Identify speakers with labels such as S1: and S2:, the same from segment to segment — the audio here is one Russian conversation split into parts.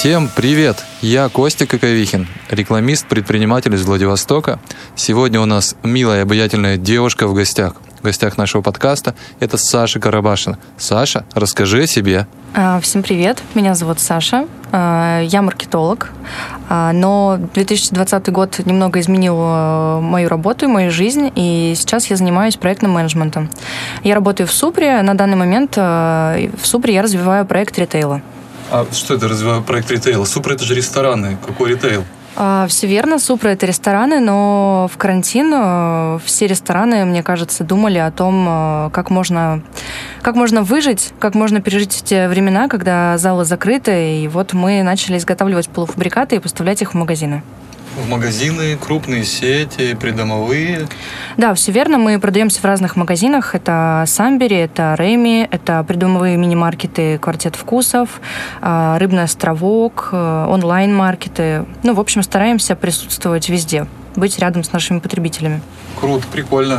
S1: Всем привет! Я Костя Коковихин, рекламист-предприниматель из Владивостока. Сегодня у нас милая и обаятельная девушка в гостях. В гостях нашего подкаста это Саша Карабашина. Саша, расскажи о себе.
S2: Всем привет, меня зовут Саша, я маркетолог, но 2020 год немного изменил мою работу и мою жизнь, и сейчас я занимаюсь проектным менеджментом. Я работаю в Супре, на данный момент в Супре я развиваю проект ритейла.
S1: А что это развиваю проект ритейла? Супра — это же рестораны, какой ритейл?
S2: Все верно, Супра — это рестораны, но в карантин все рестораны, мне кажется, думали о том, как можно выжить, как можно пережить те времена, когда залы закрыты, и вот мы начали изготавливать полуфабрикаты и поставлять их в магазины.
S1: В магазины, крупные сети, придомовые? Да,
S2: все верно. Мы продаемся в разных магазинах. Это Самбери, это Реми, это придомовые мини-маркеты «Квартет вкусов», «Рыбный островок», онлайн-маркеты. В общем, стараемся присутствовать везде, быть рядом с нашими потребителями.
S1: Круто, прикольно.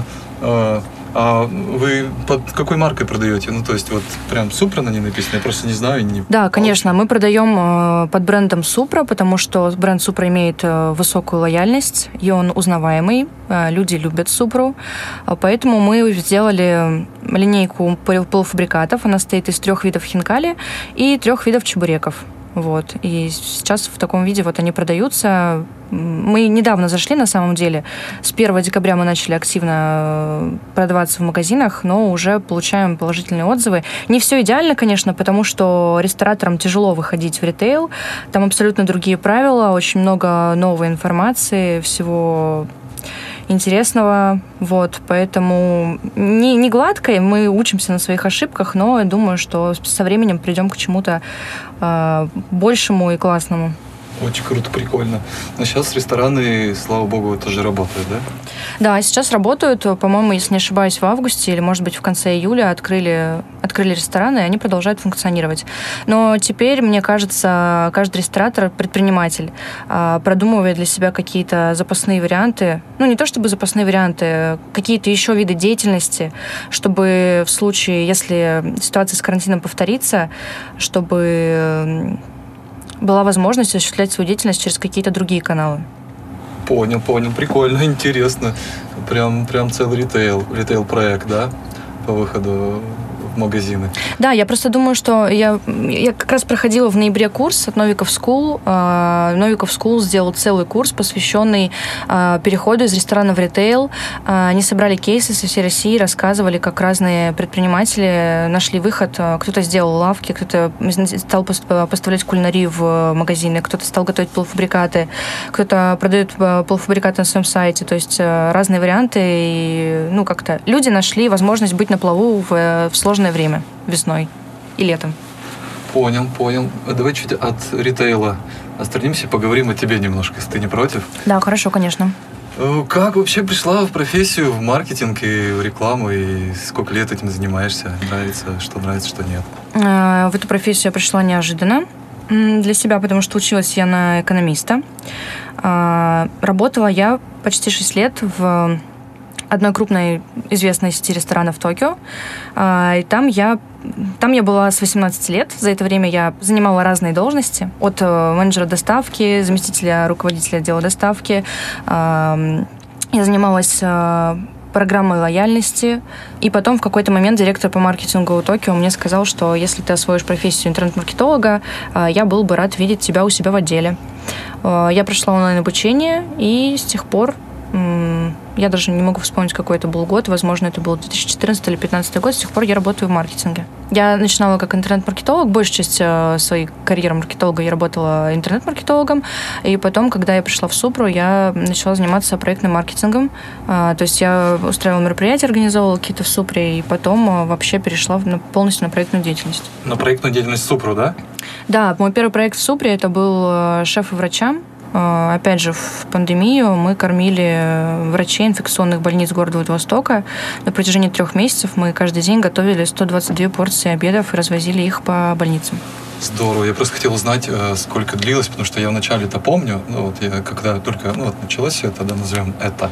S1: А вы под какой маркой продаете? То есть вот прям Супра на ней написано, я просто не знаю.
S2: Да, конечно, мы продаем под брендом Супра, потому что бренд Супра имеет высокую лояльность, и он узнаваемый, люди любят Супру, поэтому мы сделали линейку полуфабрикатов, она состоит из 3 видов хинкали и 3 видов чебуреков. И сейчас в таком виде они продаются. Мы недавно зашли, на самом деле. С 1 декабря мы начали активно продаваться в магазинах, но уже получаем положительные отзывы. Не все идеально, конечно, потому что рестораторам тяжело выходить в ритейл. Там абсолютно другие правила, очень много новой информации, всего интересного, поэтому не гладко, мы учимся на своих ошибках, но я думаю, что со временем придем к чему-то большему и классному.
S1: Очень круто, прикольно. Но сейчас рестораны, слава богу, тоже работают, да?
S2: Да, сейчас работают. По-моему, если не ошибаюсь, в августе или, может быть, в конце июля открыли рестораны, и они продолжают функционировать. Но теперь, мне кажется, каждый ресторатор, предприниматель, продумывает для себя какие-то запасные варианты. Не то чтобы запасные варианты, какие-то еще виды деятельности, чтобы в случае, если ситуация с карантином повторится, чтобы была возможность осуществлять свою деятельность через какие-то другие каналы.
S1: Понял, прикольно, интересно. Прям целый ритейл-проект, да, по выходу в магазины.
S2: Да, я просто думаю, что я как раз проходила в ноябре курс от Novikov School. Novikov School сделал целый курс, посвященный переходу из ресторана в ритейл. Они собрали кейсы со всей России, рассказывали, как разные предприниматели нашли выход. Кто-то сделал лавки, кто-то стал поставлять кулинарию в магазины, кто-то стал готовить полуфабрикаты, кто-то продает полуфабрикаты на своем сайте. То есть разные варианты. И как-то люди нашли возможность быть на плаву в сложное время, весной и летом.
S1: Понял. Давай чуть от ритейла отстранимся, поговорим о тебе немножко, если ты не против.
S2: Да, хорошо, конечно.
S1: Как вообще пришла в профессию, в маркетинг и в рекламу, и сколько лет этим занимаешься? Нравится, что нет?
S2: В эту профессию я пришла неожиданно для себя, потому что училась я на экономиста. Работала я почти 6 лет в одной крупной известной сети ресторанов в Токио. И там я была с 18 лет. За это время я занимала разные должности. От менеджера доставки, заместителя руководителя отдела доставки. Я занималась программой лояльности. И потом в какой-то момент директор по маркетингу Токио мне сказал, что если ты освоишь профессию интернет-маркетолога, я был бы рад видеть тебя у себя в отделе. Я прошла онлайн-обучение, и с тех пор я даже не могу вспомнить, какой это был год. Возможно, это был 2014 или 2015 год. С тех пор я работаю в маркетинге. Я начинала как интернет-маркетолог. Большую часть своей карьеры маркетолога я работала интернет-маркетологом. И потом, когда я пришла в Супру, я начала заниматься проектным маркетингом. То есть я устраивала мероприятия, организовывала какие-то в Супре, и потом вообще перешла полностью на проектную деятельность.
S1: На проектную деятельность Супру, да?
S2: Да, мой первый проект в Супре это был «Шеф и врачам». Опять же, в пандемию мы кормили врачей инфекционных больниц города Владивостока. На протяжении 3 месяцев мы каждый день готовили 122 порции обедов и развозили их по больницам.
S1: Здорово. Я просто хотел узнать, сколько длилось, потому что я вначале это помню. Я когда только началось все это, назовем это,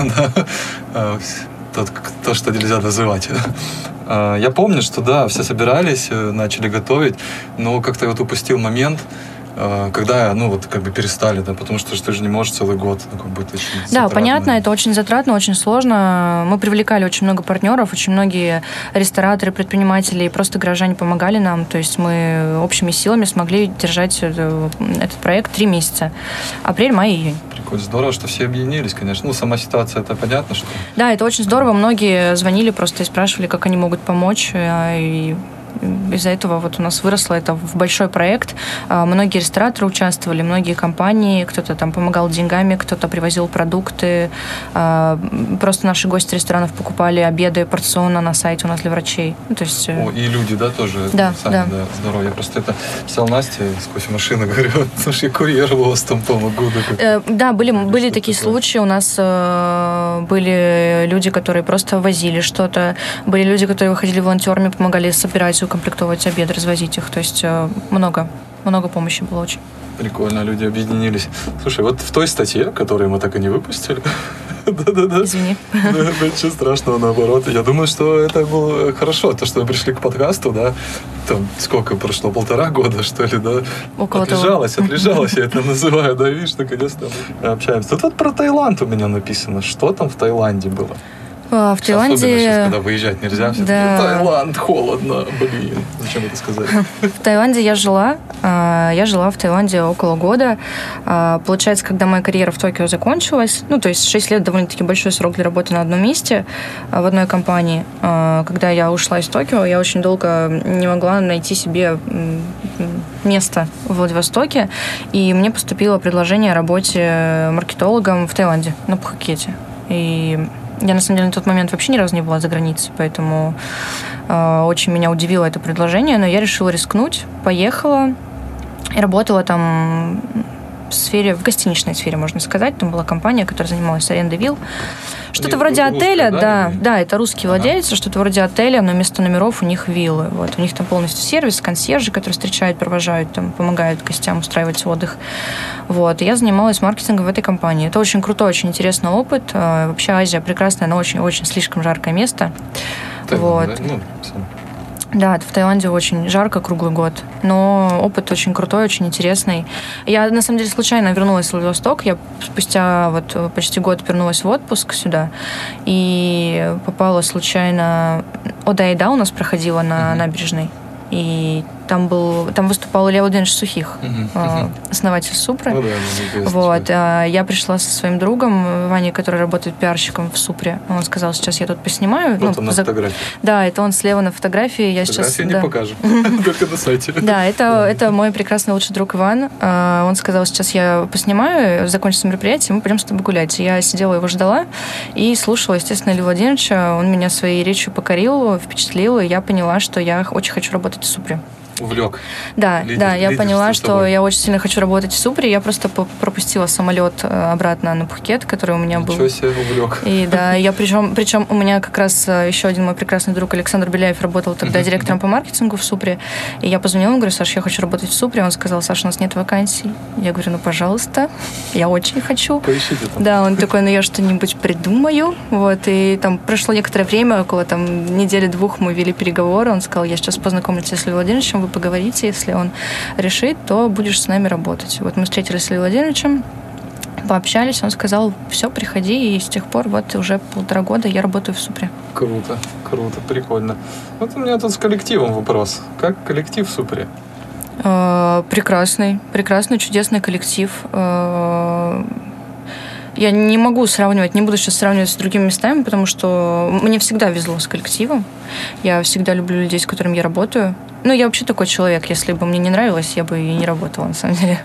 S1: то, что нельзя называть. Я помню, что да, все собирались, начали готовить, но как-то упустил момент, когда, перестали, да, потому что ты же не можешь целый год, это очень затратно.
S2: Да, понятно, это очень затратно, очень сложно. Мы привлекали очень много партнеров, очень многие рестораторы, предприниматели и просто горожане помогали нам, то есть мы общими силами смогли держать этот проект 3 месяца. Апрель, май, июнь.
S1: Прикольно, здорово, что все объединились, конечно. Сама ситуация, это понятно, что...
S2: Да, это очень здорово, многие звонили просто и спрашивали, как они могут помочь, и из-за этого у нас выросло это в большой проект. Многие рестораторы участвовали, многие компании, кто-то там помогал деньгами, кто-то привозил продукты. Просто наши гости ресторанов покупали обеды порционно на сайте у нас для врачей.
S1: То есть... и люди, да, тоже
S2: да,
S1: сами, да. Здорово. Я просто писал Насте с кофемашины, говорю, слушай, я курьер у вас там помогу.
S2: Да, были такие случаи. У нас были люди, которые просто возили что-то. Были люди, которые выходили волонтерами, помогали собирать, укомплектовать обед, развозить их. То есть много помощи было очень.
S1: Прикольно, люди объединились. Слушай, в той статье, которую мы так и не выпустили, да-да-да.
S2: Извини.
S1: Ничего страшного, наоборот. Я думаю, что это было хорошо, то, что мы пришли к подкасту, да, там, сколько прошло, 1,5 года, что ли, да?
S2: Около
S1: отлежалась, я это называю, да, видишь, наконец-то мы общаемся. Тут про Таиланд у меня написано. Что там в Таиланде было?
S2: В Таиланде...
S1: Особенно сейчас, когда выезжать нельзя, все
S2: да.
S1: Таиланд, холодно, блин. Зачем это сказать?
S2: В Таиланде я жила в Таиланде около года. Получается, когда моя карьера в Токио закончилась, то есть 6 лет довольно-таки большой срок для работы на одном месте в одной компании. Когда я ушла из Токио, я очень долго не могла найти себе место в Владивостоке, и мне поступило предложение о работе маркетологом в Таиланде, на Пхукете. И я, на самом деле, на тот момент вообще ни разу не была за границей, поэтому очень меня удивило это предложение, но я решила рискнуть, поехала и работала там в гостиничной сфере, можно сказать. Там была компания, которая занималась арендой вилл. Что-то вроде отеля, да, это русский владелец, что-то вроде отеля, но вместо номеров у них виллы. У них там полностью сервис, консьержи, которые встречают, провожают, там, помогают гостям устраивать отдых. И я занималась маркетингом в этой компании. Это очень крутой, очень интересный опыт. Вообще Азия прекрасная, но очень-очень слишком жаркое место. Да, в Таиланде очень жарко круглый год, но опыт очень крутой, очень интересный. Я, на самом деле, случайно вернулась в Владивосток. Я спустя почти год вернулась в отпуск сюда и попала случайно... Ода-Айда у нас проходила на набережной. И там выступал Илья Владимирович Сухих, основатель Супры. Я пришла со своим другом Ваней, который работает пиарщиком в Супре. Он сказал, сейчас я тут поснимаю.
S1: На фотографии.
S2: Да, это он слева на фотографии.
S1: Фотографии не покажем, только на сайте.
S2: Да, это мой прекрасный лучший друг Иван. Он сказал, сейчас я поснимаю, закончится мероприятие, мы пойдем с тобой гулять. Я сидела, его ждала и слушала, естественно, Илью Владимировича. Он меня своей речью покорил, впечатлил, и я поняла, что я очень хочу работать в Супре.
S1: Увлек.
S2: Да, я поняла, что я очень сильно хочу работать в Супре. Я просто пропустила самолет обратно на Пхукет, который у меня был.
S1: Ничего себе, увлек.
S2: И да, причем у меня как раз еще один мой прекрасный друг Александр Беляев работал тогда директором по маркетингу в Супре. И я позвонила ему, говорю, Саш, я хочу работать в Супре. Он сказал, Саша, у нас нет вакансий. Я говорю, пожалуйста, я очень хочу.
S1: Поищите там.
S2: Да, он такой, я что-нибудь придумаю. И там прошло некоторое время, около недели-двух мы вели переговоры. Он сказал, я сейчас познакомлюсь с Ильей Владимировичем, вы поговорите, если он решит, то будешь с нами работать. Мы встретились с Ильей Владимировичем, пообщались, он сказал, все, приходи, и с тех пор уже 1,5 года я работаю в Супре.
S1: Круто, прикольно. У меня тут с коллективом вопрос. Как коллектив в Супре?
S2: Прекрасный, чудесный коллектив. Я не могу сравнивать, не буду сейчас сравнивать с другими местами, потому что мне всегда везло с коллективом. Я всегда люблю людей, с которыми я работаю. Я вообще такой человек. Если бы мне не нравилось, я бы и не работала, на самом деле.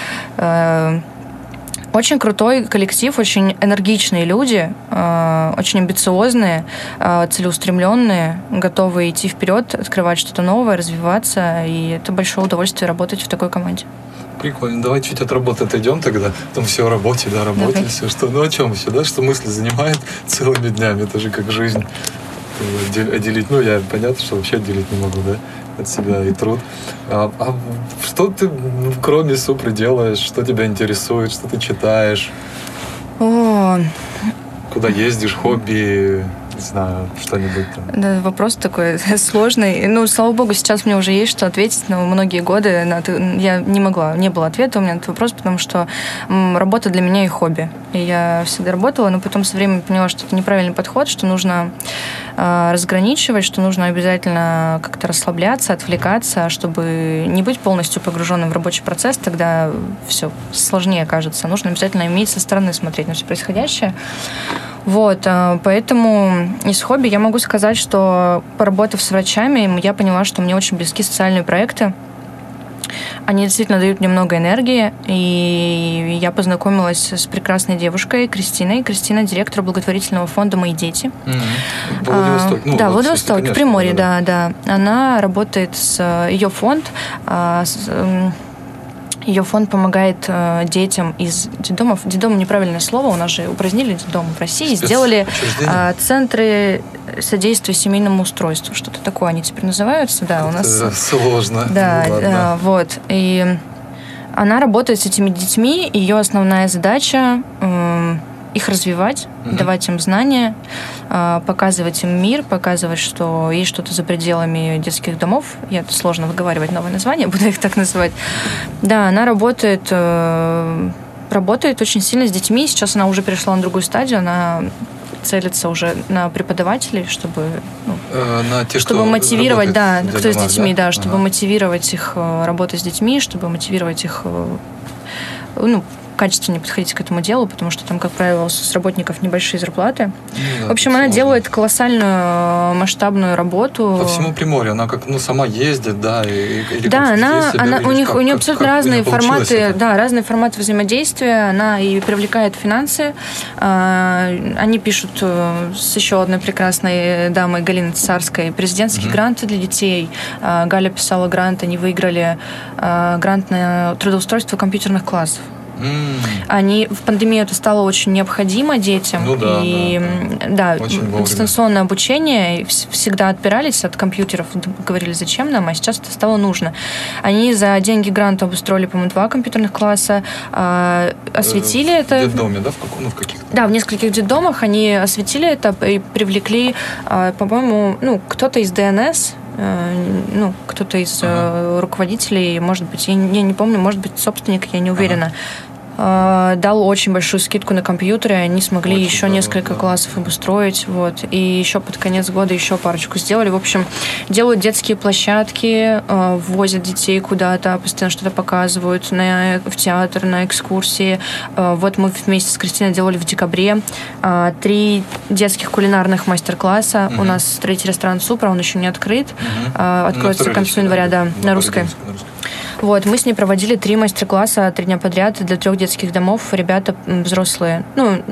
S2: Очень крутой коллектив, очень энергичные люди, очень амбициозные, целеустремленные, готовы идти вперед, открывать что-то новое, развиваться. И это большое удовольствие работать в такой команде.
S1: Прикольно. Давай чуть от работы отойдем тогда. Там все о работе, все что. О чем все, да? Что мысли занимает целыми днями. Это же как жизнь. Отделить, я понятно, что вообще отделить не могу, да? От себя и труд. А что ты, кроме Супры, делаешь? Что тебя интересует? Что ты читаешь? Куда ездишь? Хобби? не знаю, что-нибудь там?
S2: Да, вопрос такой сложный. Ну, слава богу, сейчас мне уже есть что ответить, но многие годы я не было ответа у меня на этот вопрос, потому что работа для меня и хобби. И я всегда работала, но потом со временем поняла, что это неправильный подход, что нужно разграничивать, что нужно обязательно как-то расслабляться, отвлекаться, чтобы не быть полностью погруженным в рабочий процесс, тогда все сложнее кажется. Нужно обязательно уметь со стороны смотреть на все происходящее. Вот, поэтому из хобби я могу сказать, что поработав с врачами, я поняла, что мне очень близки социальные проекты. Они действительно дают мне много энергии, и я познакомилась с прекрасной девушкой Кристиной. Кристина — директор благотворительного фонда «Мои дети».
S1: Владивосток.
S2: Да, Владивосток, в Приморье, да. Она работает ее фонд. Ее фонд помогает детям из детдомов. Детдом — неправильное слово, у нас же упразднили детдом в России, сделали центры содействия семейному устройству. Что-то такое они теперь называются. Да, у нас
S1: сложно.
S2: Да, вот. И она работает с этими детьми. Ее основная задача их развивать, давать им знания, показывать им мир, показывать, что есть что-то за пределами детских домов. Это сложно выговаривать новое название, буду их так называть. Да, она работает очень сильно с детьми. Сейчас она уже перешла на другую стадию. Она целится уже на преподавателей, чтобы чтобы мотивировать, кто с детьми, чтобы мотивировать их работать с детьми, чтобы мотивировать их качественнее подходить к этому делу, потому что там, как правило, с работников небольшие зарплаты. В общем, она делает колоссальную масштабную работу.
S1: По всему Приморью. Она сама ездит, да?
S2: У нее абсолютно разные форматы, разные форматы взаимодействия. Она и привлекает финансы. Они пишут с еще одной прекрасной дамой, Галиной Царской, президентские гранты для детей. Галя писала грант, они выиграли грант на трудоустройство компьютерных классов. В пандемию это стало очень необходимо детям. Дистанционное обучение, всегда отпирались от компьютеров, говорили, зачем нам, а сейчас это стало нужно. Они за деньги гранта обустроили, по-моему, 2 компьютерных класса, осветили это.
S1: В детдоме, да? В каких-то?
S2: Да, в нескольких детдомах они осветили это и привлекли, по-моему, кто-то из ДНС, кто-то из руководителей, может быть, я не помню, может быть, собственник, я не уверена, дал очень большую скидку на компьютеры, они смогли еще несколько классов обустроить, вот, и еще под конец года еще парочку сделали. В общем, делают детские площадки, возят детей куда-то, постоянно что-то показывают в театр, на экскурсии. Вот мы вместе с Кристиной делали в декабре 3 детских кулинарных мастер-класса. У нас 3-й ресторан «Супра», он еще не открыт, откроется к концу января, на Русской. Вот, мы с ней проводили 3 мастер-класса 3 дня подряд для 3 детских домов. Ребята взрослые,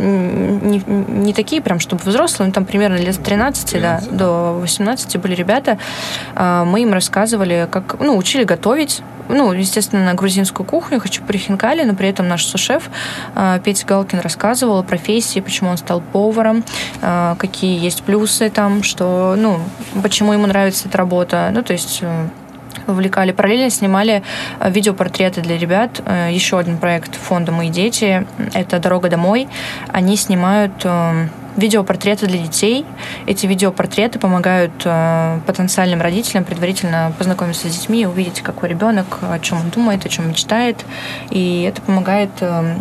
S2: не такие прям, чтобы взрослые, но там примерно лет с 13 до 18 были ребята. Мы им рассказывали, как, учили готовить. Естественно, на грузинскую кухню, хачапури хинкали, но при этом наш сушеф Петя Галкин рассказывал о профессии, почему он стал поваром, какие есть плюсы там, что, почему ему нравится эта работа. То есть вовлекали. Параллельно снимали видеопортреты для ребят. Еще один проект фонда «Мои дети» — это «Дорога домой». Они снимают видеопортреты для детей. Эти видеопортреты помогают потенциальным родителям предварительно познакомиться с детьми и увидеть, какой ребенок, о чем он думает, о чем мечтает. И это помогает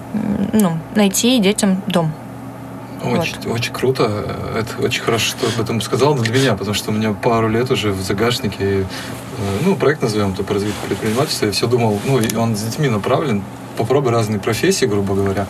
S2: найти детям дом.
S1: Очень круто. Это очень хорошо, что об этом сказал для меня, потому что у меня пару лет уже в загашнике, проект назовем это по развитию предпринимательства. Я все думал, он с детьми направлен, попробуй разные профессии, грубо говоря.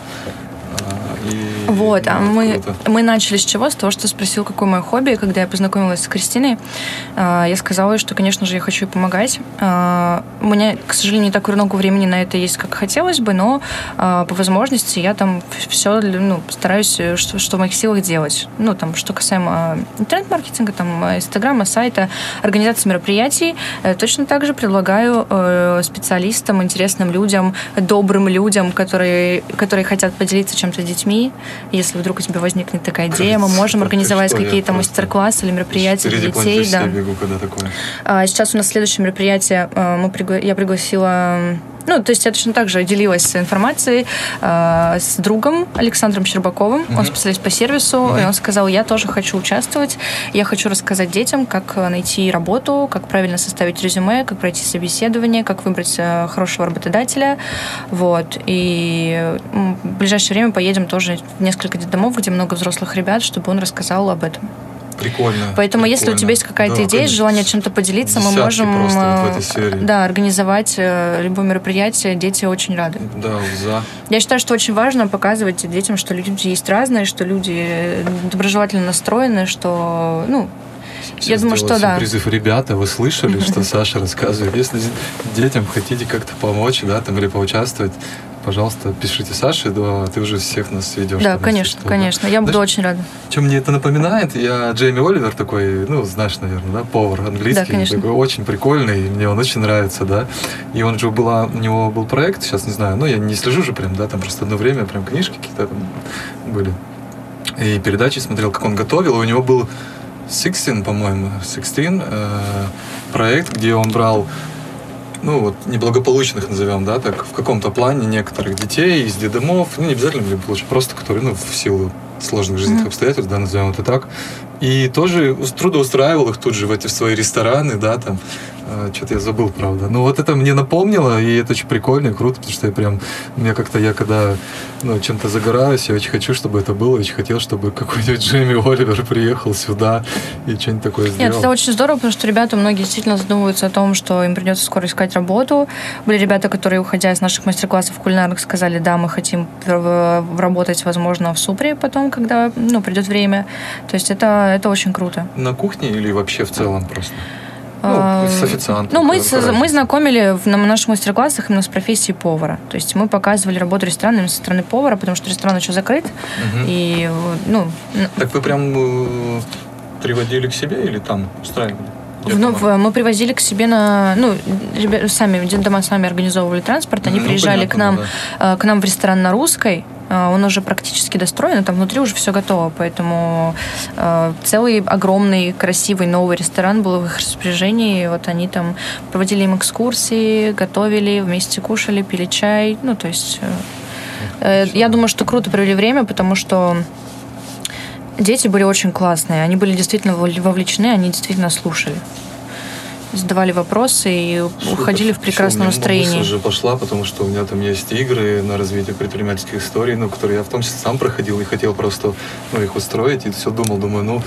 S1: Мы начали с чего? С того, что спросил, какое мое хобби. Когда я познакомилась с Кристиной, я сказала ей, что, конечно же, я хочу ей помогать. У меня, к сожалению, не так много времени на это есть, как хотелось бы, но по возможности я там все стараюсь, что в моих силах делать. Что касаемо интернет-маркетинга, инстаграма, сайта, организации мероприятий, точно так же предлагаю специалистам, интересным людям, добрым людям, которые хотят поделиться чем-то с детьми. Если вдруг у тебя возникнет такая идея, мы можем организовать какие-то мастер-классы или мероприятия для детей. Да. Бегу, когда такое.
S2: Сейчас у нас следующее мероприятие. Я пригласила Ну, то есть я точно так же делилась информацией с другом Александром Щербаковым. Он специалист по сервису, и он сказал, я тоже хочу участвовать, я хочу рассказать детям, как найти работу, как правильно составить резюме, как пройти собеседование, как выбрать хорошего работодателя. Вот. И в ближайшее время поедем тоже в несколько детдомов, где много взрослых ребят, чтобы он рассказал об этом.
S1: Прикольно.
S2: Поэтому, если у тебя есть какая-то идея, желание чем-то поделиться, мы можем
S1: вот в этой серии.
S2: Организовать любое мероприятие. Дети очень рады.
S1: Да, за.
S2: Я считаю, что очень важно показывать детям, что люди есть разные, что люди доброжелательно настроены, что, я думаю, что да.
S1: Призыв, ребята, вы слышали, что Саша рассказывает? Если детям хотите как-то помочь, да, там или поучаствовать, пожалуйста, пишите Саше, да, ты уже всех нас ведешь.
S2: Да, конечно, конечно. Я буду очень рада.
S1: Чем мне это напоминает? Я Джейми Оливер такой, знаешь, наверное, да, повар английский.
S2: Да, конечно.
S1: Такой очень прикольный, мне он очень нравится, да. И он же у него был проект, сейчас не знаю, я не слежу же прям, да, там просто одно время прям книжки какие-то там были. И передачи смотрел, как он готовил, и у него был 16, по-моему, проект, где он брал неблагополучных, назовем, да, так, в каком-то плане некоторых детей из детдомов, не обязательно были лучше, просто которые, в силу сложных жизненных обстоятельств, да, назовем это так, и тоже трудоустраивал их тут же в свои рестораны, да, там, что-то я забыл, правда. Это мне напомнило, и это очень прикольно и круто, потому что я когда чем-то загораюсь, я очень хочу, чтобы это было, очень хотел, чтобы какой-нибудь Джейми Оливер приехал сюда и что-нибудь такое сделал.
S2: Нет, это очень здорово, потому что ребята многие действительно задумываются о том, что им придется скоро искать работу. Были ребята, которые, уходя из наших мастер-классов кулинарных, сказали, да, мы хотим работать, возможно, в Супре потом, когда, придет время. То есть это очень круто.
S1: На кухне или вообще в целом просто? С официантом.
S2: Мы знакомили на наших мастер-классах именно с профессией повара. То есть мы показывали работу ресторана именно со стороны повара, потому что ресторан еще закрыт. И,
S1: Так вы прям приводили к себе или там устраивали?
S2: Мы привозили к себе сами, детдома сами организовывали транспорт, они приезжали
S1: понятно,
S2: к нам в ресторан на Русской, он уже практически достроен, там внутри уже все готово, поэтому целый огромный, красивый новый ресторан был в их распоряжении, вот они там проводили им экскурсии, готовили, вместе кушали, пили чай, то есть я думаю, что круто провели время, потому что дети были очень классные, они были действительно вовлечены, они действительно слушали. Задавали вопросы и уходили в прекрасном настроении.
S1: Мысль уже пошла, потому что у меня там есть игры на развитие предпринимательских историй, которые я в том числе сам проходил и хотел просто их устроить, и все думал,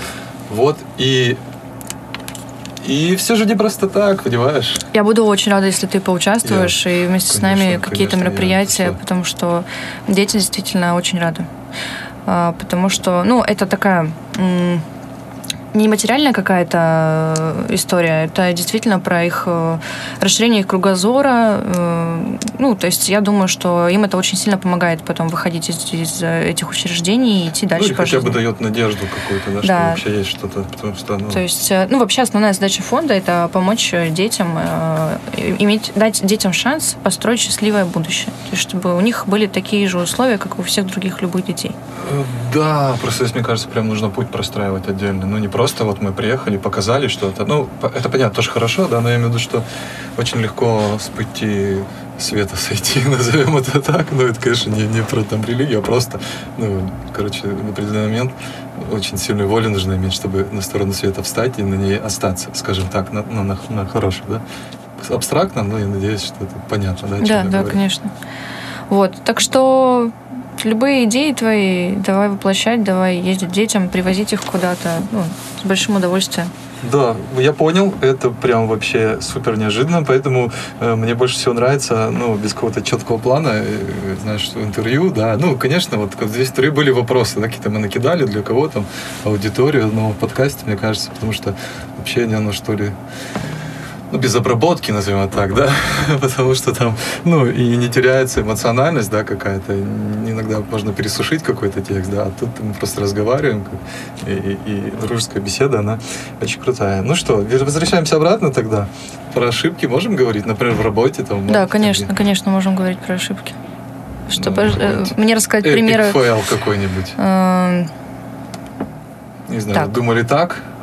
S1: и все же не просто так, понимаешь?
S2: Я буду очень рада, если ты поучаствуешь и вместе с нами какие-то мероприятия, потому что дети действительно очень рады. Потому что, это такая не материальная какая-то история, это действительно про их расширение их кругозора. То есть я думаю, что им это очень сильно помогает потом выходить из этих учреждений и идти дальше по жизни.
S1: Хотя бы дает надежду какую-то, что вообще есть что-то. Потому что,
S2: То есть, вообще основная задача фонда – это помочь детям, дать детям шанс построить счастливое будущее. То есть, чтобы у них были такие же условия, как у всех других любых детей.
S1: Да, просто здесь, мне кажется, прям нужно путь простраивать отдельно. Не просто мы приехали, показали что-то. Это понятно, тоже хорошо, да, но я имею в виду, что очень легко с пути света сойти, назовем это так. Это, конечно, не про религию, а просто, на определенный момент очень сильную волю нужно иметь, чтобы на сторону света встать и на ней остаться, скажем так, на хорошей, да. Абстрактно, но я надеюсь, что это понятно, да?
S2: Да, конечно. Так что любые идеи твои давай воплощать, давай ездить детям, привозить их куда-то, с большим удовольствием.
S1: Да, я понял, это прям вообще супер неожиданно, поэтому мне больше всего нравится, без какого-то четкого плана, знаешь, интервью, да, конечно, здесь интервью были вопросы, да, какие-то мы накидали для кого-то, аудиторию, но в подкасте, мне кажется, потому что общение, оно что ли без обработки, назовем это так, да, потому что там, и не теряется эмоциональность, да, какая-то, иногда можно пересушить какой-то текст, да, а тут мы просто разговариваем, и дружеская беседа, она очень крутая. Возвращаемся обратно тогда. Про ошибки можем говорить, например, в работе? Там,
S2: да, конечно, можем говорить про ошибки. Чтобы мне рассказать примеры.
S1: Фейл какой-нибудь. Не знаю, думали так,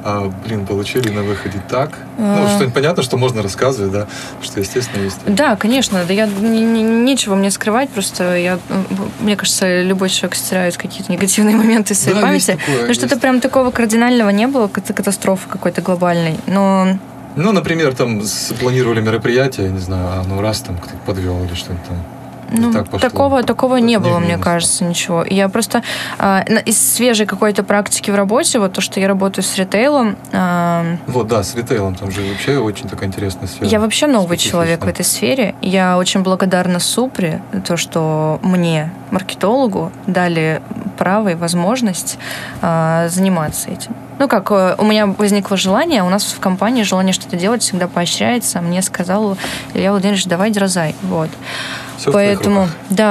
S1: получили на выходе так. Что-нибудь понятно, что можно рассказывать, да, что, естественно, есть.
S2: Да, конечно, да, нечего мне скрывать, просто мне кажется, любой человек стирает какие-то негативные моменты из своей памяти. Но что-то прям такого кардинального не было, катастрофы какой-то глобальной, но...
S1: например, там планировали мероприятие, не знаю, раз там кто-то подвел или что-нибудь там.
S2: Такого не было, мне кажется, ничего. Я просто из свежей какой-то практики в работе, вот то, что я работаю с ритейлом.
S1: С ритейлом, там же вообще очень такая интересная сфера.
S2: Я вообще новый человек в этой сфере. Я очень благодарна Супре, то, что мне, маркетологу, дали право и возможность заниматься этим. У меня возникло желание, у нас в компании желание что-то делать всегда поощряется. Мне сказал Илья Владимирович, давай дерзай. Вот. Поэтому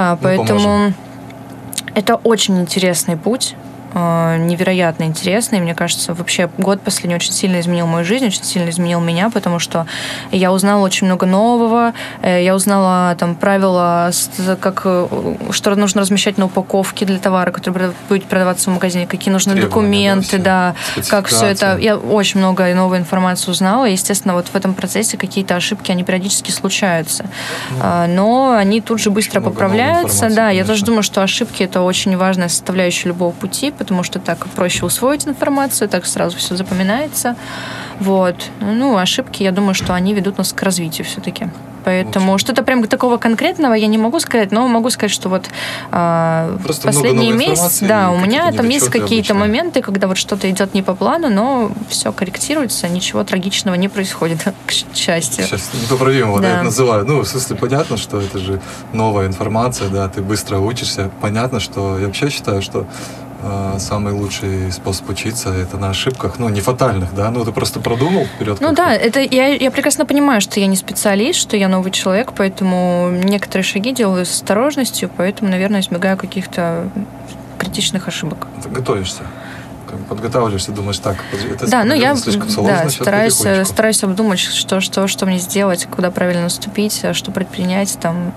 S2: это очень интересный путь, невероятно интересный. Мне кажется, вообще год последний очень сильно изменил мою жизнь, очень сильно изменил меня, потому что я узнала очень много нового. Я узнала там правила, что нужно размещать на упаковке для товара, который будет продаваться в магазине, какие нужны документы, как все это. Я очень много новой информации узнала. И, естественно, вот в этом процессе какие-то ошибки, они периодически случаются. Но они тут же быстро поправляются. Да, я тоже думаю, что ошибки — это очень важная составляющая любого пути, потому что так проще усвоить информацию, так сразу все запоминается. Вот. Ошибки, я думаю, что они ведут нас к развитию все-таки. Поэтому что-то прям такого конкретного я не могу сказать, но могу сказать, что вот последний месяц, у меня там есть какие-то моменты, когда вот что-то идет не по плану, но все корректируется, ничего трагичного не происходит, к счастью.
S1: Сейчас непоправимого, я это называю. В смысле, понятно, что это же новая информация, ты быстро учишься. Понятно, что я вообще считаю, что самый лучший способ учиться — это на ошибках, не фатальных, ты просто продумал вперед.
S2: Это я прекрасно понимаю, что я не специалист, что я новый человек, поэтому некоторые шаги делаю с осторожностью, поэтому, наверное, избегаю каких-то критичных ошибок.
S1: Ты готовишься, подготавливаешься, думаешь, так, это
S2: я
S1: слишком сложно,
S2: стараюсь обдумать, что мне сделать, куда правильно наступить, что предпринять,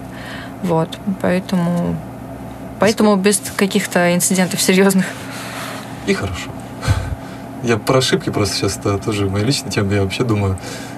S2: Поэтому без каких-то инцидентов серьезных.
S1: И хорошо. Я про ошибки просто сейчас, это тоже моя личная тема, я вообще думаю.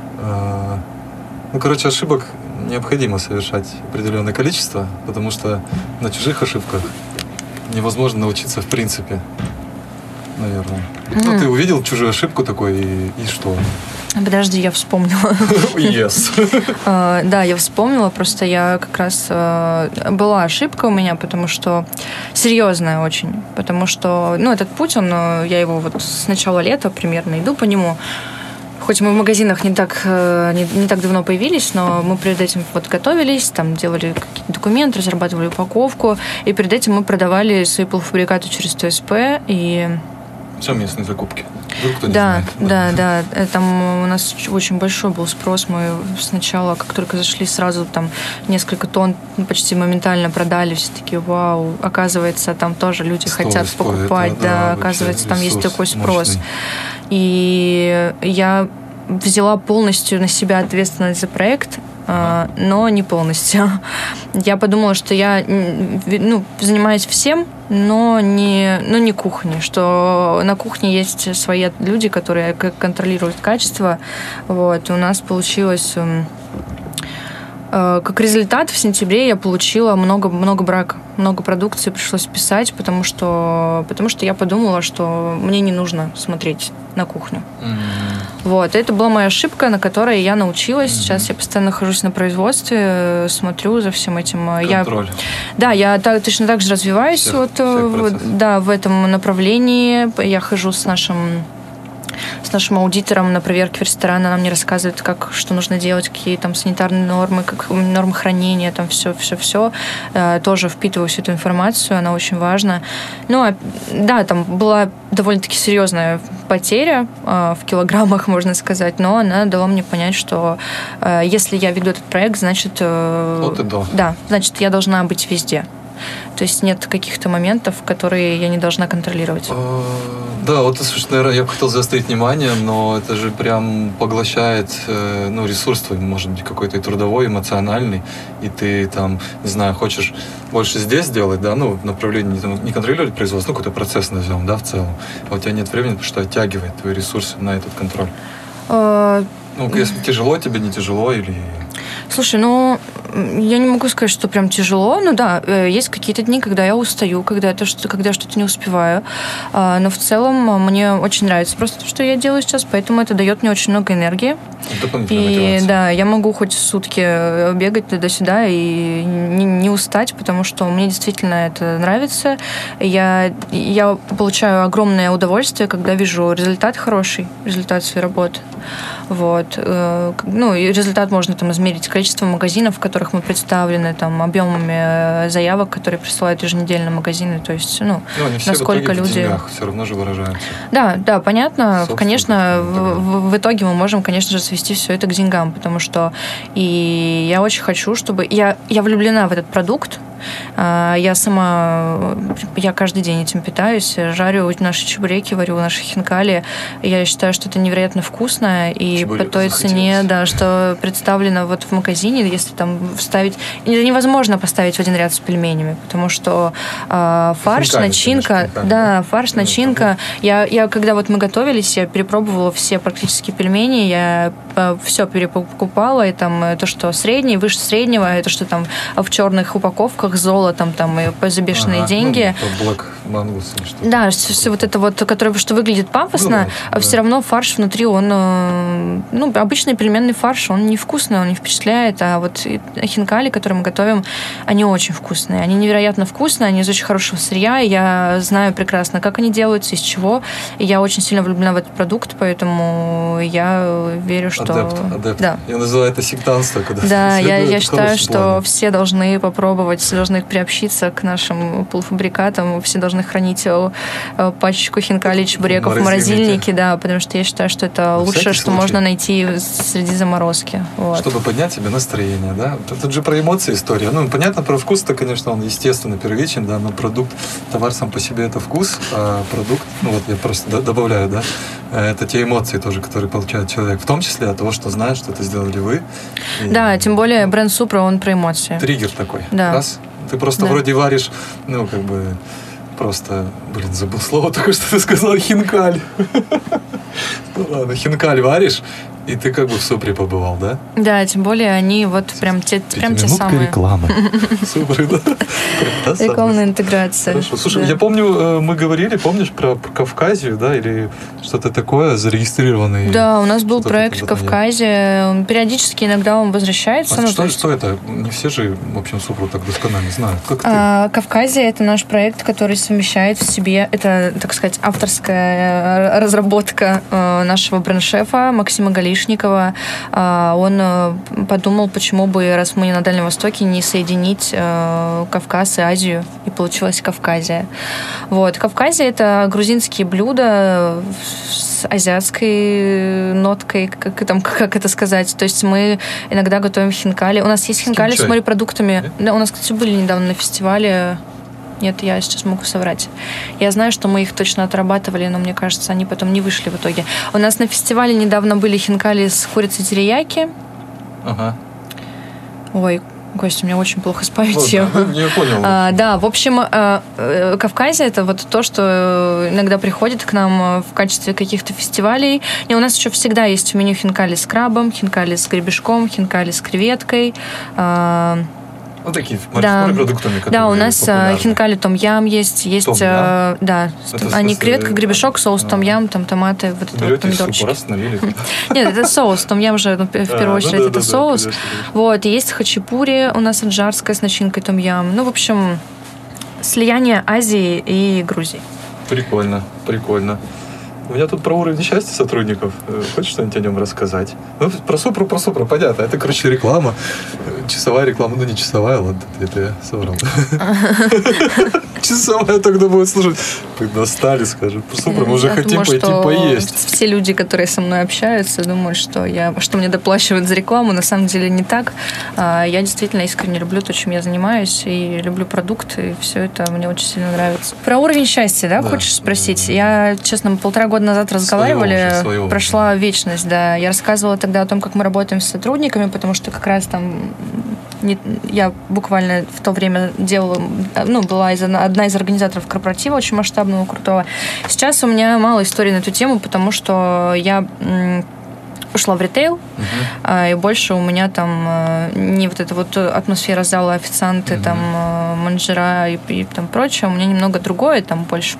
S1: Ошибок необходимо совершать определенное количество, потому что на чужих ошибках невозможно научиться в принципе, наверное. Ты увидел чужую ошибку такой, и что?
S2: Подожди, я вспомнила.
S1: Yes.
S2: Да, я вспомнила, просто я как раз... Была ошибка у меня, потому что... Серьезная очень. Потому что, этот путь, я его вот с начала лета примерно иду по нему. Хоть мы в магазинах не так давно появились, но мы перед этим готовились, там делали какие-то документы, разрабатывали упаковку, и перед этим мы продавали свои полуфабрикаты через ТСП, и...
S1: Все местные закупки.
S2: Да. Там у нас очень большой был спрос. Мы сначала, как только зашли, сразу там несколько тонн почти моментально продали. Все такие, вау, оказывается, там тоже люди хотят покупать. Оказывается, там есть такой спрос. Мощный. И я взяла полностью на себя ответственность за проект, но не полностью. Я подумала, что я занимаюсь всем, но не кухней, что на кухне есть свои люди, которые контролируют качество. Вот. У нас получилось... Как результат, в сентябре я получила много брака, много продукции пришлось писать, потому что я подумала, что мне не нужно смотреть на кухню. Вот, это была моя ошибка, на которой я научилась. Сейчас я постоянно нахожусь на производстве, смотрю за всем этим.
S1: Контроль.
S2: Я точно так же развиваюсь в этом направлении. Я хожу с нашим аудитором на проверке в ресторан, она мне рассказывает, что нужно делать, какие там санитарные нормы, нормы хранения, там все. Тоже впитываю всю эту информацию, она очень важна. Там была довольно-таки серьезная потеря в килограммах, можно сказать, но она дала мне понять, что если я веду этот проект, значит, значит, я должна быть везде. То есть нет каких-то моментов, которые я не должна контролировать.
S1: Да, вот, слушай, наверное, я бы хотел заострить внимание, но это же прям поглощает, ресурс твой, может быть, какой-то и трудовой, эмоциональный, и ты там, не знаю, хочешь больше здесь делать, да, в направлении не контролировать производство, какой-то процесс назовем, да, в целом, а у тебя нет времени, потому что оттягивает твои ресурсы на этот контроль. Если тяжело тебе, не тяжело, или...
S2: Слушай, я не могу сказать, что прям тяжело. Есть какие-то дни, когда я устаю, когда я что-то не успеваю. Но в целом мне очень нравится просто то, что я делаю сейчас, поэтому это дает мне очень много энергии. И да, я могу хоть сутки бегать туда-сюда и не устать, потому что мне действительно это нравится. Я получаю огромное удовольствие, когда вижу результат хороший, результат своей работы. Вот. И результат можно там измерить количеством магазинов, в которых мы представлены, там, объемами заявок, которые присылают еженедельно магазины, то есть,
S1: они все
S2: насколько
S1: в итоге
S2: люди...
S1: в деньгах все равно же выражаются.
S2: Да, понятно.
S1: Собственно,
S2: конечно, в итоге мы можем, конечно же, свести все это к деньгам, потому что и я очень хочу, чтобы... Я влюблена в этот продукт. Я каждый день этим питаюсь, жарю наши чебуреки, варю наши хинкали. Я считаю, что это невероятно вкусно, и по той цене, что представлено вот в магазине, если там вставить... Это невозможно поставить в один ряд с пельменями, потому что фарш, хинкали, начинка... Конечно, фарш, начинка. Я когда вот мы готовились, я перепробовала все практически пельмени, я все перепокупала, и там то, что средний, выше среднего, это что там в черных упаковках золотом там и за бешеные деньги.
S1: Black Mangus, что-то.
S2: Да, все вот это вот, которое что выглядит пафосно, а все равно фарш внутри, он, обычный пельменный фарш, он невкусный, он не впечатляет, а вот хинкали, которые мы готовим, они очень вкусные, они невероятно вкусные, они из очень хорошего сырья, я знаю прекрасно, как они делаются, из чего, и я очень сильно влюблена в этот продукт, поэтому я верю, что...
S1: Адепт.
S2: Да.
S1: Я называю это сектантство.
S2: Да, я считаю, что все должны попробовать, все должны приобщиться к нашим полуфабрикатам, все должны хранить пачечку хинкали, чебуреков в морозильнике, да, потому что я считаю, что это лучшее, что можно найти среди заморозки. Вот.
S1: Чтобы поднять себе настроение, да. Тут же про эмоции история. Понятно, про вкус-то, конечно, он естественно первичен, да, но товар сам по себе это вкус, а продукт, я просто добавляю, да, это те эмоции тоже, которые получает человек, в том числе от того, что знает, что это сделали вы.
S2: Да, тем более бренд Супра, он про эмоции.
S1: Триггер такой.
S2: Да.
S1: Раз. Ты просто вроде варишь, просто, забыл слово, только что ты сказал, хинкаль. Ладно, хинкаль варишь, и ты в Супре побывал, да?
S2: Да, тем более они вот прям те самые.
S1: Рекламы. Супер, да?
S2: Рекламная интеграция.
S1: Хорошо. Слушай, я помню, мы говорили, помнишь, про Кавказию, да, или что-то такое зарегистрированное?
S2: Да, у нас был проект в Кавказе. Периодически иногда он возвращается.
S1: Что это? Не все же, в общем, Супру так досконально знают. Как ты?
S2: Кавказия — это наш проект, который совмещает в себе, это, так сказать, авторская разработка нашего бренд-шефа Максима Галишникова. Он подумал, почему бы, раз мы на Дальнем Востоке, не соединить Кавказ и Азию, и получилась Кавказия. Вот. Кавказия — это грузинские блюда с азиатской ноткой, как это сказать. То есть мы иногда готовим хинкали. У нас есть хинкали с морепродуктами. Да, у нас, кстати, были недавно на фестивале. Нет, я сейчас могу соврать. Я знаю, что мы их точно отрабатывали, но мне кажется, они потом не вышли в итоге. У нас на фестивале недавно были хинкали с курицей терияки.
S1: Ага.
S2: Ой, Костя, у меня очень плохо с памятью.
S1: Я понял.
S2: Да, в общем, Кавказия — это вот то, что иногда приходит к нам в качестве каких-то фестивалей. И у нас еще всегда есть в меню хинкали с крабом, хинкали с гребешком, хинкали с креветкой.
S1: Такие морепродуктами, которые
S2: да, у нас
S1: популярны.
S2: хинкали том-ям есть,
S1: том-ям?
S2: Да, они креветка, гребешок, соус том-ям, там томаты, вот это вот помидорчики.
S1: Суп, раз налили.
S2: Нет, это соус, том-ям же, в первую очередь, это соус.
S1: Конечно.
S2: Вот, есть хачапури у нас аджарская с начинкой том-ям. В общем, слияние Азии и Грузии.
S1: Прикольно. У меня тут про уровень счастья сотрудников. Хочешь что-нибудь о нем рассказать? Про Супру, понятно. Это, реклама. Часовая реклама. Не часовая, ладно, это я соврал. полчаса моя тогда будет слушать. Вы достали, скажем. Супер, мы уже хотим пойти поесть.
S2: Все люди, которые со мной общаются, думают, что мне доплачивают за рекламу. На самом деле не так. Я действительно искренне люблю то, чем я занимаюсь, и люблю продукт, и все это мне очень сильно нравится. Про уровень счастья, да, хочешь спросить? Я, честно, 1,5 года назад разговаривали, прошла вечность, да. Я рассказывала тогда о том, как мы работаем с сотрудниками, потому что как раз там я буквально в то время была одна из организаторов корпоратива очень масштабного, крутого. Сейчас у меня мало историй на эту тему, потому что я ушла в ритейл, и больше у меня там не вот эта вот атмосфера зала, официанты, там менеджера и там прочее. У меня немного другое, там больше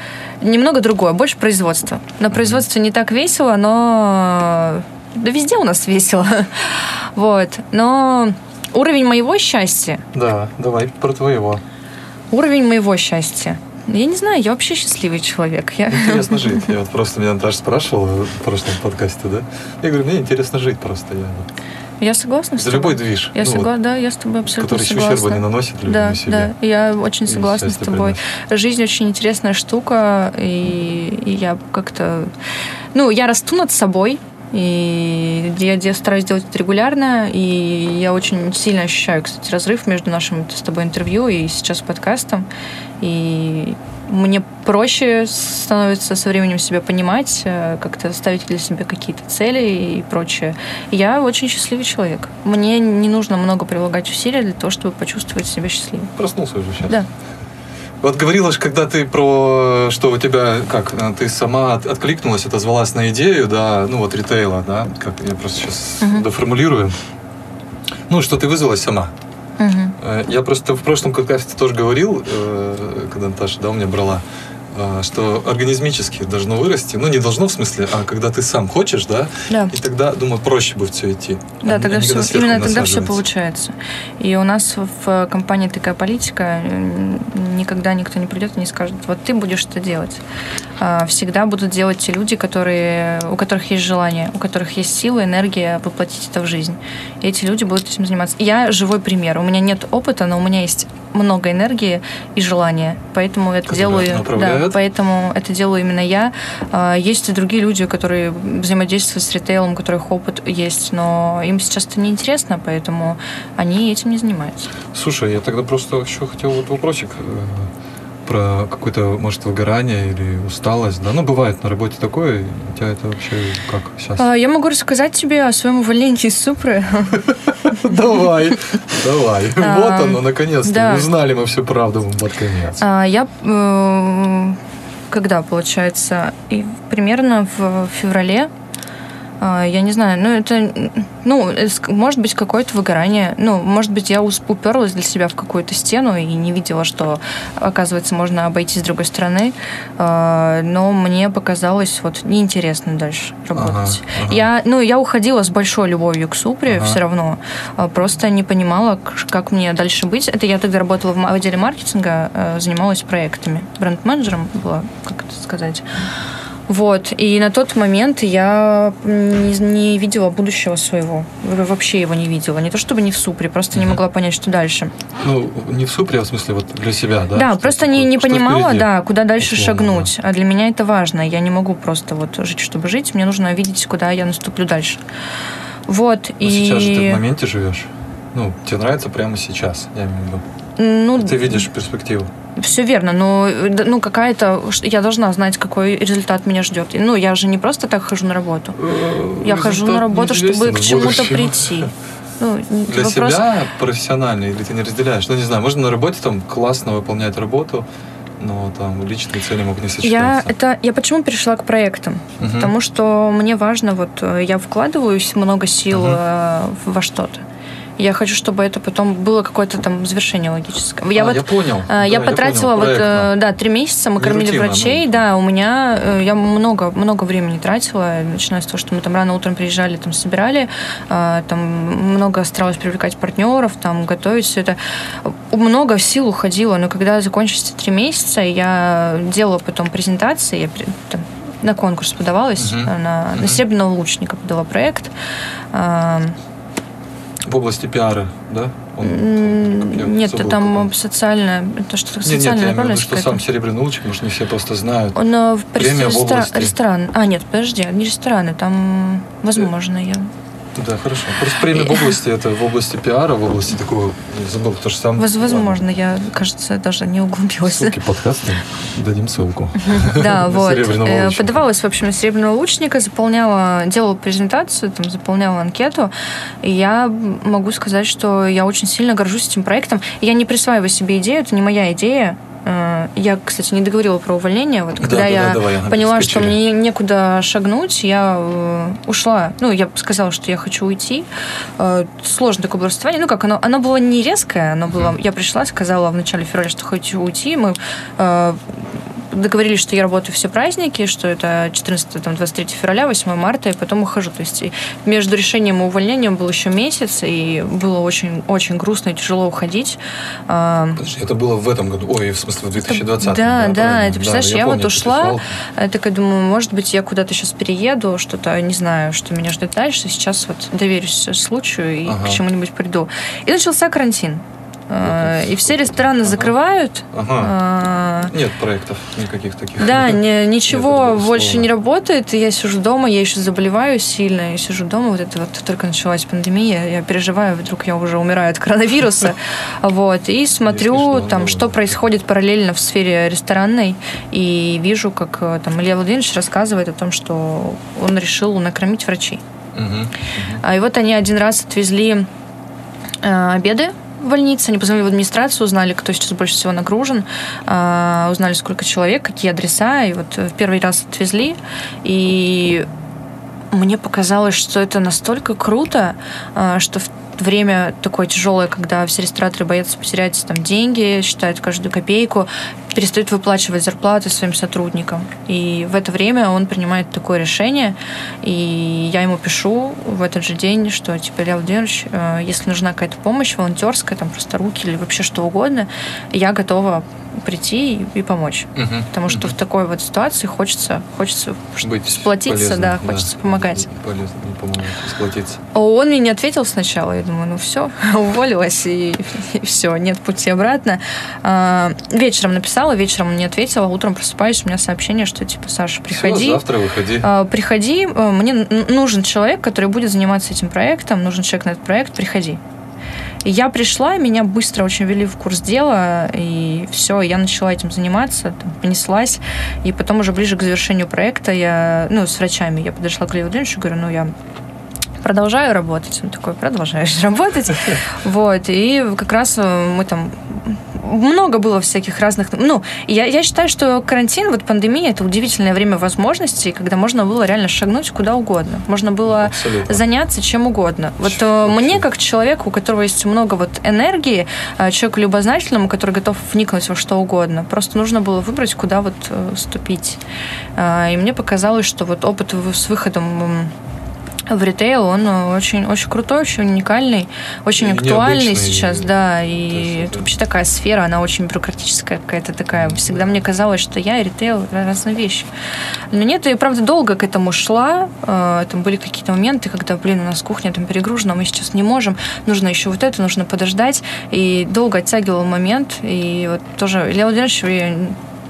S2: больше производство. На производстве не так весело, но да везде у нас весело. Вот. Но уровень моего счастья...
S1: Да, давай про твоего.
S2: Уровень моего счастья. Я не знаю, я вообще счастливый человек.
S1: Интересно жить. Я вот просто меня Наташа спрашивала в прошлом подкасте, да? Я говорю, мне интересно жить просто.
S2: Я согласна с тобой.
S1: За любой движ.
S2: Я с тобой абсолютно согласна.
S1: Который ущерба не наносит людям себе.
S2: Да, я очень согласна с тобой. Жизнь очень интересная штука, и я как-то... я расту над собой, и я стараюсь делать это регулярно, и я очень сильно ощущаю, кстати, разрыв между нашим с тобой интервью и сейчас подкастом. И мне проще становится со временем себя понимать, как-то ставить для себя какие-то цели и прочее. Я очень счастливый человек. Мне не нужно много прилагать усилий для того, чтобы почувствовать себя счастливым.
S1: Проснулся уже сейчас.
S2: Да.
S1: Вот говорила же, когда ты что у тебя, ты сама откликнулась, отозвалась на идею, да, ритейла, да, как я просто сейчас доформулирую, что ты вызвалась сама. Я просто в прошлом подкасте тоже говорил, когда Наташа, у меня брала, что организмически должно вырасти, не должно в смысле, а когда ты сам хочешь, да. И тогда, думаю, проще будет все идти.
S2: Да, тогда именно тогда все получается. И у нас в компании такая политика, никогда никто не придет и не скажет, вот ты будешь это делать. Всегда будут делать те люди, у которых есть желание, у которых есть сила, энергия воплотить это в жизнь. И эти люди будут этим заниматься. Я живой пример. У меня нет опыта, но у меня есть много энергии и желания. Поэтому это поэтому это делаю именно я. Есть и другие люди, которые взаимодействуют с ритейлом, у которых опыт есть, но им сейчас это неинтересно, поэтому они этим не занимаются.
S1: Слушай, я тогда просто еще хотел вопросик про какое-то, может, выгорание или усталость, да? Бывает на работе такое, у тебя это вообще как сейчас?
S2: Я могу рассказать тебе о своем увольнении из Супры.
S1: Давай. Вот оно, наконец-то. Узнали мы всю правду под конец.
S2: Я, когда, получается, примерно в феврале, я не знаю, это, может быть, какое-то выгорание. Может быть, я уперлась для себя в какую-то стену и не видела, что, оказывается, можно обойти с другой стороны. Но мне показалось неинтересно дальше работать. Я уходила с большой любовью к Супре все равно. Просто не понимала, как мне дальше быть. Это я тогда работала в отделе маркетинга, занималась проектами. Бренд-менеджером была, как это сказать. И на тот момент я не видела будущего своего. Вообще его не видела. Не то чтобы не в Супре, просто не могла понять, что дальше.
S1: Не в Супре, а в смысле для себя, да?
S2: Да, просто не понимала, куда дальше шагнуть. Да. А для меня это важно. Я не могу просто жить, чтобы жить. Мне нужно видеть, куда я наступлю дальше.
S1: Сейчас же ты в моменте живешь. Тебе нравится прямо сейчас, я имею в виду. Ты видишь перспективу.
S2: Все верно, но я должна знать, какой результат меня ждет. Я же не просто так хожу на работу. Я хожу на работу, чтобы к чему-то прийти.
S1: Для себя профессионально, или ты не разделяешь? Не знаю, можно на работе классно выполнять работу, но личные цели могут не сочетаться.
S2: Я почему перешла к проектам? Потому что мне важно, я вкладываюсь много сил во что-то. Я хочу, чтобы это потом было какое-то завершение логическое. Я
S1: понял.
S2: Я потратила 3 месяца, мы кормили врачей. Да, я много времени тратила, начиная с того, что мы рано утром приезжали, собирали, много старалась привлекать партнеров, готовить все это. Много сил уходило, но когда закончились 3 месяца, я делала потом презентации, я на конкурс подавалась, на Серебряного лучника подала проект.
S1: В области пиара, да?
S2: Нет, это там социальное, это что-то социальное,
S1: правильно? Нет, что сам Серебряный лучик, может, не все просто знают.
S2: Он
S1: премия в области...
S2: ресторан. Нет, подожди, не рестораны, там, возможно, я...
S1: Да, хорошо. Просто премия в области, это в области пиара, в области такого, не забыл, потому что сам...
S2: Возможно, я, кажется, даже не углубилась.
S1: Ссылки подкаста, дадим ссылку.
S2: Да, вот. Подавалась, в общем, на Серебряного лучника, делала презентацию, там, заполняла анкету. И я могу сказать, что я очень сильно горжусь этим проектом. Я не присваиваю себе идею, это не моя идея. Я, кстати, не договорила про увольнение. Вот когда я поняла, что мне некуда шагнуть, я ушла. Я сказала, что я хочу уйти. Сложное такое было расставание. Оно было не резкое, оно было... Я пришла, сказала в начале февраля, что хочу уйти. Мы договорились, что я работаю все праздники, что это 14-23 февраля, 8 марта, и потом ухожу. То есть между решением и увольнением был еще месяц, и было очень грустно и тяжело уходить.
S1: Подожди, это было в этом году? Ой, в смысле, в 2020?
S2: Да, это, представляешь, я вот ушла, я такая думаю, может быть, я куда-то сейчас перееду, что-то, не знаю, что меня ждет дальше, сейчас вот доверюсь случаю и к чему-нибудь приду. И начался карантин. И все рестораны закрывают.
S1: Нет проектов никаких таких.
S2: Да, ничего больше не работает. И я сижу дома, я еще заболеваю сильно. Я сижу дома, вот это вот только началась пандемия. Я переживаю, вдруг я уже умираю от коронавируса. Вот. И смотрю, там, что происходит параллельно в сфере ресторанной. И вижу, как там Илья Владимирович рассказывает о том, что он решил накормить врачей. И вот они один раз отвезли обеды в больнице, они позвонили в администрацию, узнали, кто сейчас больше всего нагружен, узнали, сколько человек, какие адреса, и вот в первый раз отвезли, и мне показалось, что это настолько круто, что в время такое тяжелое, когда все рестораторы боятся потерять там деньги, считают каждую копейку, перестают выплачивать зарплаты своим сотрудникам. И в это время он принимает такое решение, и я ему пишу в этот же день, что, типа, Илья Владимирович, если нужна какая-то помощь волонтерская, там просто руки или вообще что угодно, я готова прийти и помочь. Потому что в такой вот ситуации хочется
S1: быть
S2: сплотиться,
S1: полезным,
S2: хочется помогать.
S1: Полезно, помогать, сплотиться.
S2: Он мне не ответил сначала. Я думаю, все, уволилась, и все, нет пути обратно. Вечером написала, вечером он не ответил, а утром просыпаюсь, у меня сообщение, что типа, Саша, приходи.
S1: Все, завтра выходи.
S2: Приходи, мне нужен человек, который будет заниматься этим проектом, нужен человек на этот проект, приходи. И я пришла, меня быстро очень ввели в курс дела, и все, я начала этим заниматься, там, понеслась. И потом уже ближе к завершению проекта с врачами я подошла к Илье Владимировичу, говорю, я продолжаю работать. Он такой, продолжаешь работать. Вот, и как раз мы там... Много было всяких разных... Я считаю, что карантин, вот пандемия, это удивительное время возможностей, когда можно было реально шагнуть куда угодно. Можно было заняться чем угодно. Вот мне, как человеку, у которого есть много вот энергии, человеку любознательному, который готов вникнуть во что угодно, просто нужно было выбрать, куда вот ступить. И мне показалось, что вот опыт с выходом в ритейл, он очень, очень крутой, очень уникальный, очень актуальный сейчас, да, и это вообще такая сфера, она очень бюрократическая какая-то такая. Всегда мне казалось, что я и ритейл — разные вещи. Но нет, я, правда, долго к этому шла, там были какие-то моменты, когда, у нас кухня там перегружена, мы сейчас не можем, нужно еще вот это, нужно подождать, и долго оттягивала момент, и вот тоже Илья Владимирович,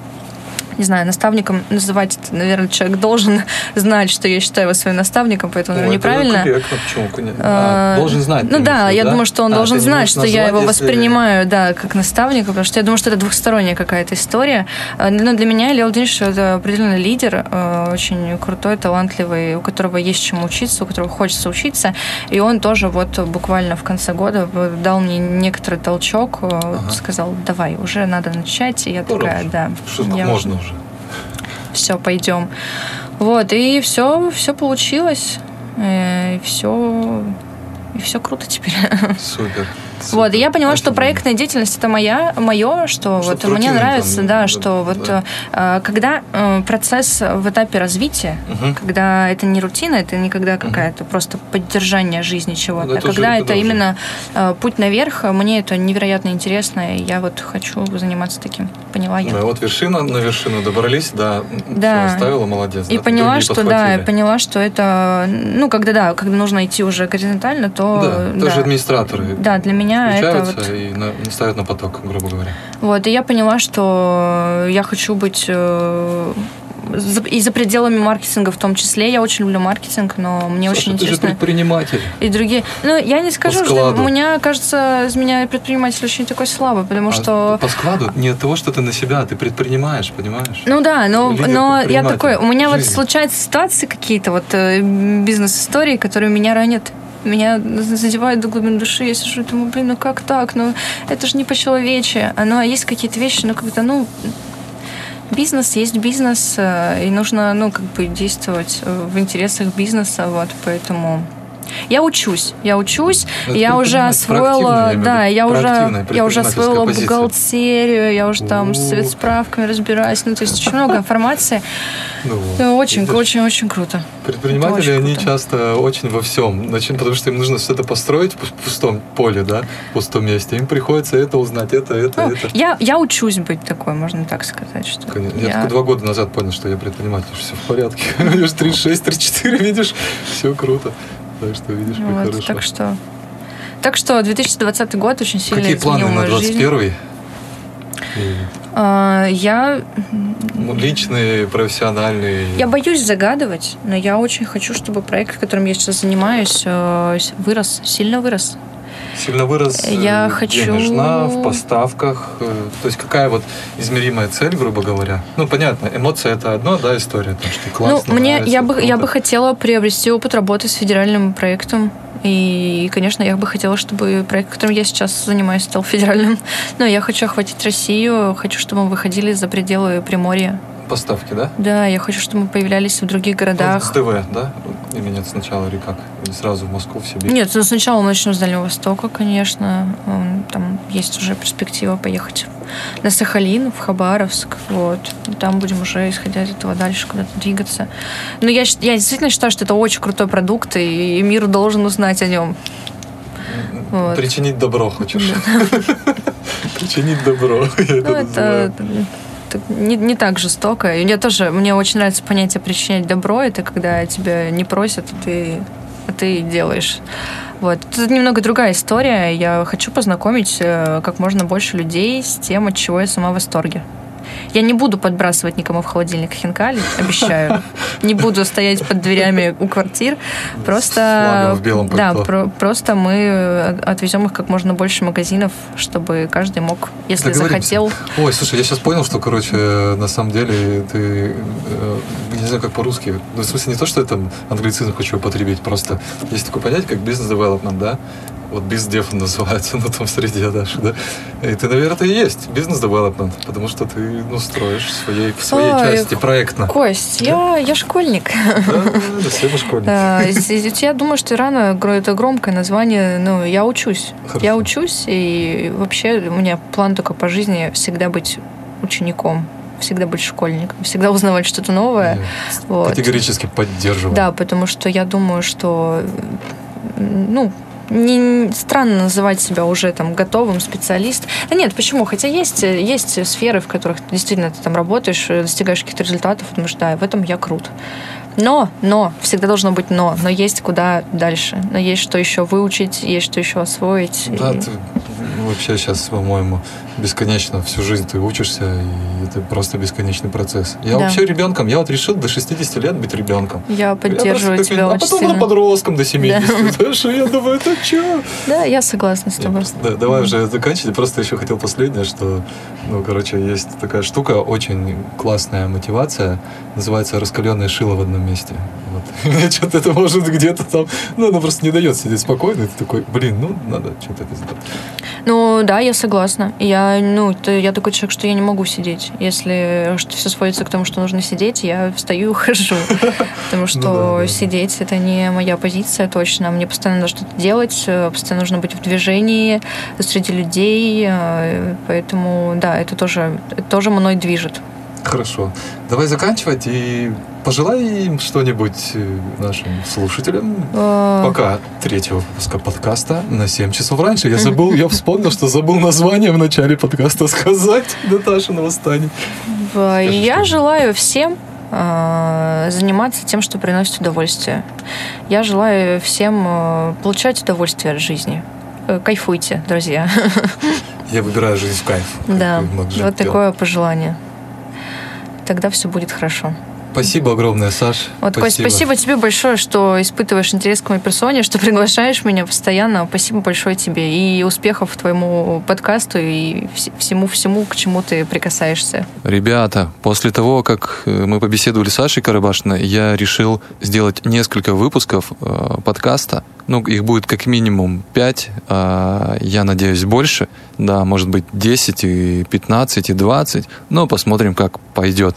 S2: не знаю, наставником называть, это, наверное, человек должен знать, что я считаю его своим наставником, поэтому неправильно.
S1: Почему? Должен знать.
S2: Я думаю, что он должен знать, что я его воспринимаю, как наставника, потому что я думаю, что это двухсторонняя какая-то история. Но для меня Илья Владимирович — это определенный лидер, очень крутой, талантливый, у которого есть чему учиться, у которого хочется учиться, и он тоже вот буквально в конце года дал мне некоторый толчок, сказал, давай, уже надо начать, и я такая,
S1: можно уже.
S2: Все, пойдем. Вот, и все получилось. И все круто теперь.
S1: Супер.
S2: Вот, и я поняла, что проектная деятельность — это мое, что вот мне нравится, когда процесс в этапе развития, когда это не рутина, это не когда какая-то просто поддержание жизни чего-то, а когда это именно путь наверх, мне это невероятно интересно, и я вот хочу заниматься таким. Поняла я.
S1: Вот на вершину добрались, все оставила, молодец.
S2: И поняла, что это, когда нужно идти уже горизонтально, то...
S1: Да, тоже администраторы.
S2: Да, для меня меня это
S1: вот... и ставят на поток, грубо говоря.
S2: Вот, и я поняла, что я хочу быть... И за пределами маркетинга в том числе. Я очень люблю маркетинг, но мне
S1: Саша,
S2: очень интересно...
S1: ты же предприниматель.
S2: И другие... Ну, я не скажу, что у меня, кажется, из меня предприниматель очень такой слабый, потому что...
S1: По складу не от того, что ты на себя, ты предпринимаешь, понимаешь?
S2: Ну да, но я такой... У меня вот случаются ситуации какие-то, вот бизнес-истории, которые меня ранят. Меня задевает до глубины души. Я сижу и думаю, блин, ну как так? Ну, это же не по-человече. Но есть какие-то вещи, ну, как-то, ну... Бизнес есть бизнес, и нужно, ну, как бы действовать в интересах бизнеса, вот, поэтому... Я учусь, я уже освоила, да, я уже освоила бухгалтерию, я уже там с справками разбираюсь, ну, то есть очень много информации. Очень круто.
S1: Предприниматели, они часто очень во всем, потому что им нужно все это построить в пустом поле, да, в пустом месте. Им приходится это узнать, это.
S2: Я учусь быть такой, можно так сказать. Что
S1: я только 2 года назад понял, что я предприниматель, все в порядке. Видишь, 36, 34, видишь, все круто. Так что, видишь, как
S2: вот,
S1: хорошо.
S2: Так что 2020 год очень сильно изменил мою жизнь.
S1: Какие планы на 21-й?
S2: Я...
S1: Личные, профессиональные.
S2: Я боюсь загадывать, но я очень хочу, чтобы проект, которым я сейчас занимаюсь, вырос, сильно вырос.
S1: Сильно вырос денежно, в поставках. То есть какая вот измеримая цель, грубо говоря? Ну, понятно, эмоция — это одно, да, история, то, что классно,
S2: я бы хотела приобрести опыт работы с федеральным проектом. И, конечно, я бы хотела, чтобы проект, которым я сейчас занимаюсь, стал федеральным. Но я хочу охватить Россию, хочу, чтобы мы выходили за пределы Приморья.
S1: Поставки, да?
S2: Да, я хочу, чтобы мы появлялись в других городах.
S1: С ТВ, да? Или нет, сначала, или как? Или сразу в Москву, в Сибирь?
S2: Нет, сначала мы начнем с Дальнего Востока, конечно. Там есть уже перспектива поехать на Сахалин, в Хабаровск. Вот. Там будем уже, исходя из этого, дальше куда-то двигаться. Но я действительно считаю, что это очень крутой продукт, и мир должен узнать о нем.
S1: Вот. Причинить добро хочешь? Причинить добро.
S2: Это не так жестоко. И мне очень нравится понятие причинять добро. Это когда тебя не просят, а ты делаешь. Вот. Это немного другая история. Я хочу познакомить как можно больше людей с тем, от чего я сама в восторге. Я не буду подбрасывать никому в холодильник хинкали, обещаю. Не буду стоять под дверями у квартир. Просто, просто мы отвезем их как можно больше магазинов, чтобы каждый мог, если захотел.
S1: Ой, слушай, я сейчас понял, что, на самом деле ты, не знаю, как по-русски, в смысле не то, что я англицизм хочу употребить, просто есть такое понятие, как бизнес-девелопмент, да? Вот бизнес-дев называется на том среде, Даша, да? И ты, наверное, это и есть бизнес-девелопмент, потому что ты, строишь в своей части проектно.
S2: Кость, я школьник.
S1: Да, все мы школьники.
S2: Я думаю, что рано это громкое название, я учусь.
S1: Хорошо.
S2: Я учусь, и вообще у меня план только по жизни всегда быть учеником. Всегда быть школьником, всегда узнавать что-то новое. Вот.
S1: Категорически поддерживаю.
S2: Да, потому что я думаю, что странно называть себя уже готовым специалистом. Да нет, почему? Хотя есть сферы, в которых действительно ты там работаешь, достигаешь каких-то результатов, потому что да, в этом я крут. Но, всегда должно быть но есть куда дальше, но есть что еще выучить, есть что еще освоить.
S1: Да, ты вообще сейчас, по-моему, бесконечно всю жизнь ты учишься, и это просто бесконечный процесс. Я вообще ребенком, я решил до 60 лет быть ребенком.
S2: Я поддерживаю тебя очень сильно.
S1: А потом подростком до 70. Да. Я думаю, это что?
S2: Да, я согласна с тобой.
S1: Давай уже заканчивать. Просто еще хотел последнее, что, есть такая штука, очень классная мотивация, называется «раскаленное шило в одном месте». Вот. Что-то это может где-то там, оно просто не дает сидеть спокойно, и ты такой, надо что-то это сделать.
S2: Да, я согласна. Я такой человек, что я не могу сидеть. Если все сводится к тому, что нужно сидеть, я встаю и ухожу. Потому что сидеть — это не моя позиция точно. Мне постоянно надо что-то делать, постоянно нужно быть в движении, среди людей. Поэтому, да, это тоже мной движет.
S1: Хорошо. Давай заканчивать и пожелай им что-нибудь нашим слушателям. Пока 3-го выпуска подкаста на 7 часов раньше. Я вспомнил, что забыл название в начале подкаста сказать. Наташа на восстание.
S2: Я желаю всем заниматься тем, что приносит удовольствие. Я желаю всем получать удовольствие от жизни. кайфуйте, друзья.
S1: Я выбираю жизнь в кайф.
S2: Да, вот такое пожелание. Тогда все будет хорошо.
S1: Спасибо огромное, Саш.
S2: Вот, Кость, спасибо тебе большое, что испытываешь интерес к моей персоне, что приглашаешь меня постоянно. Спасибо большое тебе. И успехов твоему подкасту и всему-всему, к чему ты прикасаешься.
S1: Ребята, после того, как мы побеседовали с Сашей Карабашиной, я решил сделать несколько выпусков подкаста. Их будет как минимум 5, я надеюсь, больше. Да, может быть, 10, и 15, и 20. Но посмотрим, как пойдет.